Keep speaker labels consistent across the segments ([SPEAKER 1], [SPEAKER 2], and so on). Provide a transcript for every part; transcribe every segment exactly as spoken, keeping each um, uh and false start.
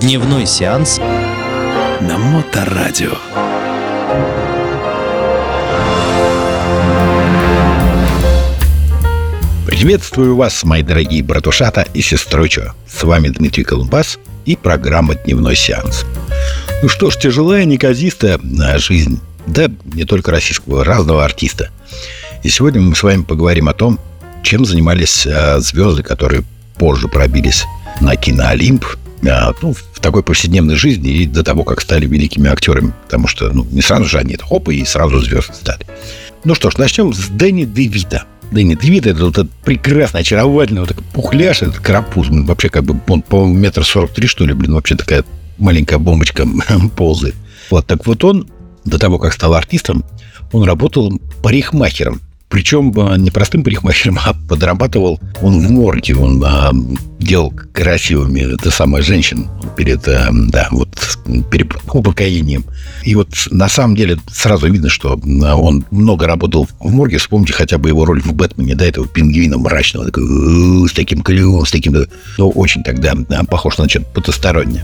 [SPEAKER 1] Дневной сеанс
[SPEAKER 2] на Моторадио. Приветствую вас, мои дорогие братушата и сестрочо. С вами Дмитрий Колумбас и программа «Дневной сеанс». Ну что ж, тяжелая, неказистая жизнь. Да, не только российского, разного артиста. И сегодня мы с вами поговорим о том, чем занимались а, звезды, которые позже пробились на киноолимп, а, ну, в такой повседневной жизни и до того, как стали великими актерами. Потому что, ну, не сразу же они, хоп, и сразу звезды стали. Ну что ж, начнем с Дэнни де Вито. Дэнни де Вито — это вот этот прекрасный, очаровательный вот такой пухляш, этот карапуз. Вообще, как бы, он, по-моему, метр сорок три, что ли, блин, вообще такая маленькая бомбочка ползает. Вот, так вот он, до того, как стал артистом, он работал парикмахером. Причем не простым парикмахером, а подрабатывал он в морге. Он а, делал красивыми это самое женщин перед, а, да, вот, перед упокоением. И вот на самом деле сразу видно, что он много работал в морге. Вспомните хотя бы его роль в «Бэтмене», да, этого пингвина мрачного, такой, с таким клювом, с таким, ну, очень тогда похож на что-то потустороннее.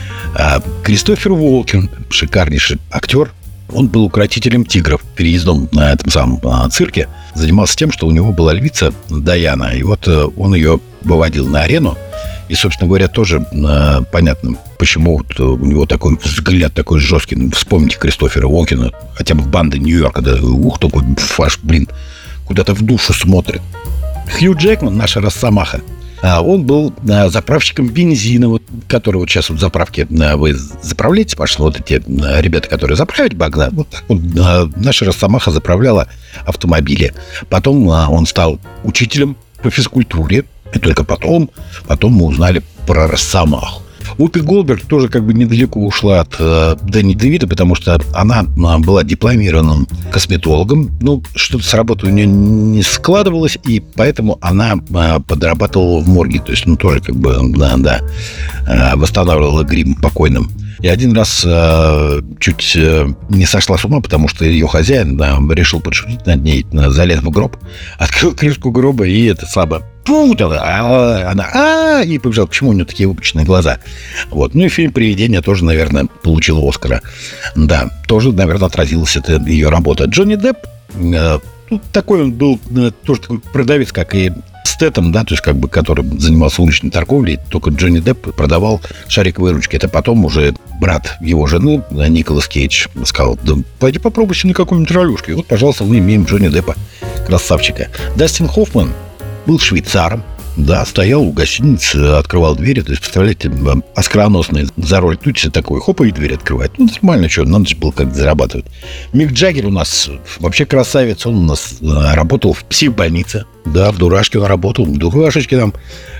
[SPEAKER 2] А Кристофер Уокен, шикарнейший актер. Он был укротителем тигров, переездом на этом самом а, цирке. Занимался тем, что у него была львица Даяна. И вот а, он ее выводил на арену. И, собственно говоря, тоже а, понятно, почему вот у него такой взгляд такой жесткий. Ну, вспомните Кристофера Уокена, хотя бы в «Банде Нью-Йорка». Да, ух, такой фаш, блин, куда-то в душу смотрит. Хью Джекман, наша росомаха. Он был заправщиком бензина, вот, который вот сейчас вот в заправке вы заправляете, пошли вот эти ребята, которые заправить бак, вот так вот наша росомаха заправляла автомобили. Потом он стал учителем по физкультуре, и только потом, потом мы узнали про росомаху. Вупи Голдберг тоже как бы недалеко ушла от э, Дэнни де Вито, потому что она э, была дипломированным косметологом. Ну, что-то с работой у нее не складывалось, и поэтому она э, подрабатывала в морге. То есть, ну, тоже как бы, да, да э, восстанавливала грим покойным. И один раз э, чуть э, не сошла с ума, потому что ее хозяин да, решил подшутить над ней, залез в гроб, открыл крышку гроба, и это слабо путала, а она а и побежала. Почему у нее такие выпученные глаза? Вот. Ну и фильм «Привидение» тоже, наверное, получил Оскара. Да, тоже, наверное, отразилась эта ее работа. Джонни Депп, э, ну, такой он был, э, тоже такой продавец, как и Стэттем, да, то есть как бы, который занимался уличной торговлей, только Джонни Депп продавал шариковые ручки. Это потом уже брат его жены, Николас Кейдж, сказал: да пойди попробуйся на какой-нибудь ролюшке. И вот, пожалуйста, мы имеем Джонни Деппа, красавчика. Дастин Хоффман был швейцаром, да, стоял у гостиницы, открывал двери. То есть, представляете, оскароносный за роль Тутси такой, хопа, и дверь открывает. Ну, нормально, что, надо же было как-то зарабатывать. Мик Джаггер у нас вообще красавец. Он у нас работал в психбольнице. Да, в «Дурашке» он работал. В «Дурашечке» там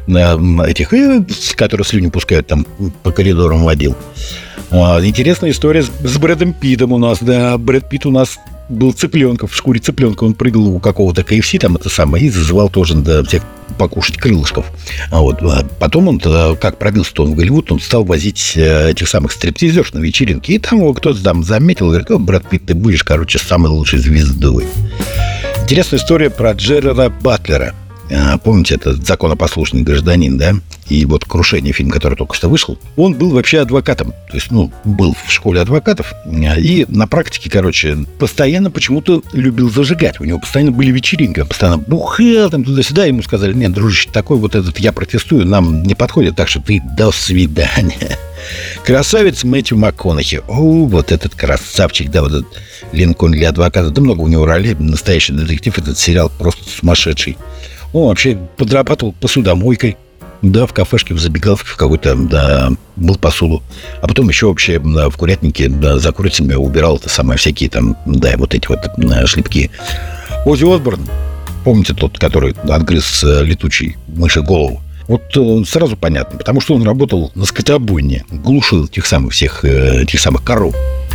[SPEAKER 2] этих, которые слюни пускают, там по коридорам водил. Интересная история с Брэдом Питтом у нас. Да, Брэд Питт у нас был цыпленком, в шкуре цыпленка. Он прыгал у какого-то ка эф си, там это самое, и зазывал тоже да, всех покушать крылышков. А вот. Потом он, как пробился-то он в Голливуд, он стал возить этих самых стриптизерш на вечеринки. И там его кто-то там заметил, говорит: о, Брэд Питт, ты будешь, короче, самой лучшей звездой. Интересная история про Джерарда Батлера. Помните, это «Законопослушный гражданин», да? И вот «Крушение», фильм, который только что вышел, он был вообще адвокатом. То есть, ну, был в школе адвокатов. И на практике, короче, постоянно почему-то любил зажигать. У него постоянно были вечеринки. Он постоянно бухал там туда-сюда. Ему сказали: нет, дружище, такой вот этот я протестую, нам не подходит, так что ты до свидания. Красавец Мэтью МакКонахи. О, вот этот красавчик, да, вот этот Линкольн для адвоката. Да много у него ролей. Настоящий детектив. Этот сериал просто сумасшедший. Он вообще подрабатывал посудомойкой. Да, в кафешке, в забегаловке в какой-то, да, был посуду. А потом еще вообще да, в курятнике да, за курицами убирал это самое, всякие там, да, вот эти вот да, шлепки. Оззи Осборн, помните тот, который отгрыз летучий мыши голову? Вот сразу понятно, потому что он работал на скотобойне, глушил тех самых всех, тех самых коров.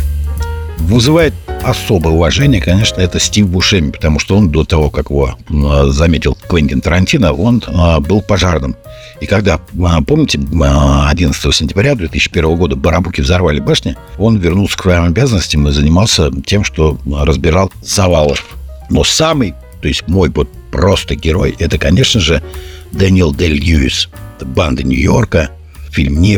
[SPEAKER 2] Вызывает особое уважение, конечно, это Стив Бушеми, потому что он до того, как его заметил Квентин Тарантино, он был пожарным. И когда, помните, одиннадцатого сентября две тысячи первого года барабуки взорвали башни, он вернулся к своим обязанностям и занимался тем, что разбирал завалы. Но самый, то есть мой вот просто герой, это, конечно же, Дэниел Дэй-Льюис. Это «Банда Нью-Йорка», фильм «Нефть».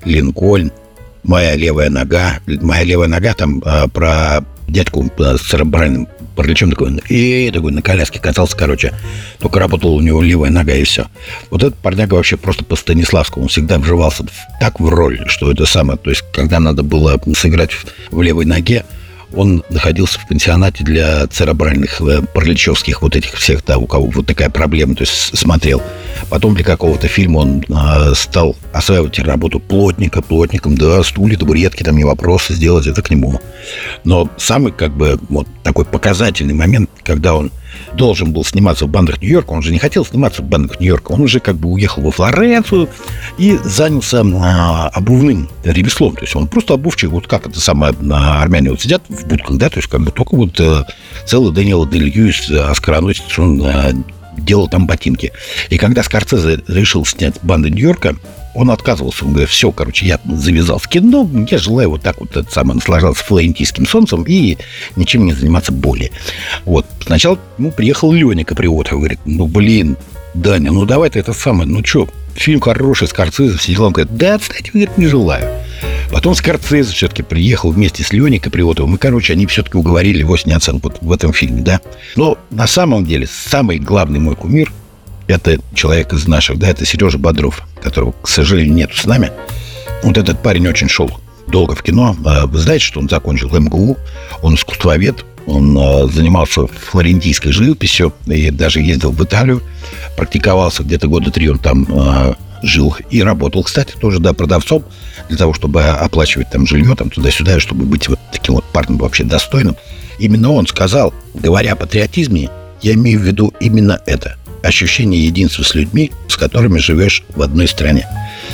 [SPEAKER 2] Линкольн, «Моя левая нога». «Моя левая нога» там а, про дядьку а, с церебральным параличом такой, и такой на коляске катался, короче. Только работала у него левая нога, и все. Вот этот парняга вообще просто по Станиславскому. Он всегда вживался так в роль, что это самое... То есть, когда надо было сыграть в левой ноге, он находился в пансионате для церебральных, параличевских вот этих всех, да, у кого вот такая проблема, то есть смотрел. Потом для какого-то фильма он а, стал осваивать работу плотника, плотником, да, стулья, табуретки, там не вопрос сделать, это к нему. Но самый, как бы, вот такой показательный момент, когда он должен был сниматься в «Бандах Нью-Йорка», он же не хотел сниматься в «Бандах Нью-Йорка», он уже как бы уехал во Флоренцию и занялся а, обувным ремеслом. То есть он просто обувчик, вот как это самое, армяне вот сидят в будках, да, то есть как бы только вот а, целый Дэниел Дэ-Льюис, оскароносец, он а, делал там ботинки. И когда Скорсезе решил снять «Банды Нью-Йорка», он отказывался, он говорит, все, короче, я завязал с кино, я желаю вот так вот это самое, наслаждаться флорентийским солнцем и ничем не заниматься более. Вот. Сначала ему приехал Леня Каприотов, говорит, ну, блин, Даня, ну, давай ты это самое, ну, что, фильм хороший, Скорсезе, все дела. Он говорит, да, кстати, говорит, не желаю. Потом Скорсезе все-таки приехал вместе с Леней Каприотовым, и, короче, они все-таки уговорили его сняться вот в этом фильме, да. Но на самом деле самый главный мой кумир — это человек из наших, да, это Сережа Бодров, которого, к сожалению, нету с нами. Вот этот парень очень шел долго в кино. Вы знаете, что он закончил эм гэ у, он искусствовед, он занимался флорентийской живописью и даже ездил в Италию, практиковался где-то года три, он там жил и работал, кстати, тоже, да, продавцом, для того, чтобы оплачивать там жилье, там туда-сюда, чтобы быть вот таким вот парнем вообще достойным. Именно он сказал, говоря о патриотизме, я имею в виду именно это. Ощущение единства с людьми, с которыми живешь в одной стране.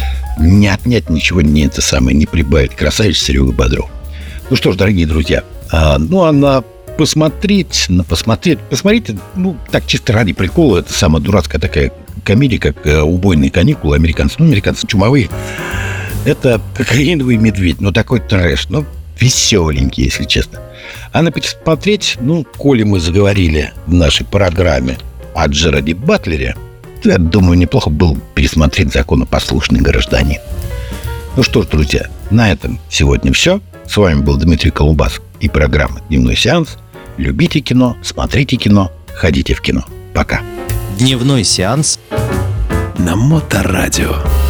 [SPEAKER 2] Не отнять ничего, не это самое, не прибавить. Красавец Серега Бодров. Ну что ж, дорогие друзья, а, ну а на посмотреть, на посмотреть, посмотрите, ну так чисто ради прикола, это самая дурацкая такая комедия, как «Убойные каникулы», американцы, ну американцы чумовые. Это «Кокаиновый медведь», ну такой трэш, ну веселенький, если честно. А на посмотреть, ну, коли мы заговорили в нашей программе о Джерарде Батлере, я думаю, неплохо было бы пересмотреть «Законопослушный гражданин». Ну что ж, друзья, на этом сегодня все. С вами был Дмитрий Колумбас и программа «Дневной сеанс». Любите кино, смотрите кино, ходите в кино. Пока.
[SPEAKER 1] Дневной сеанс
[SPEAKER 3] на Моторадио.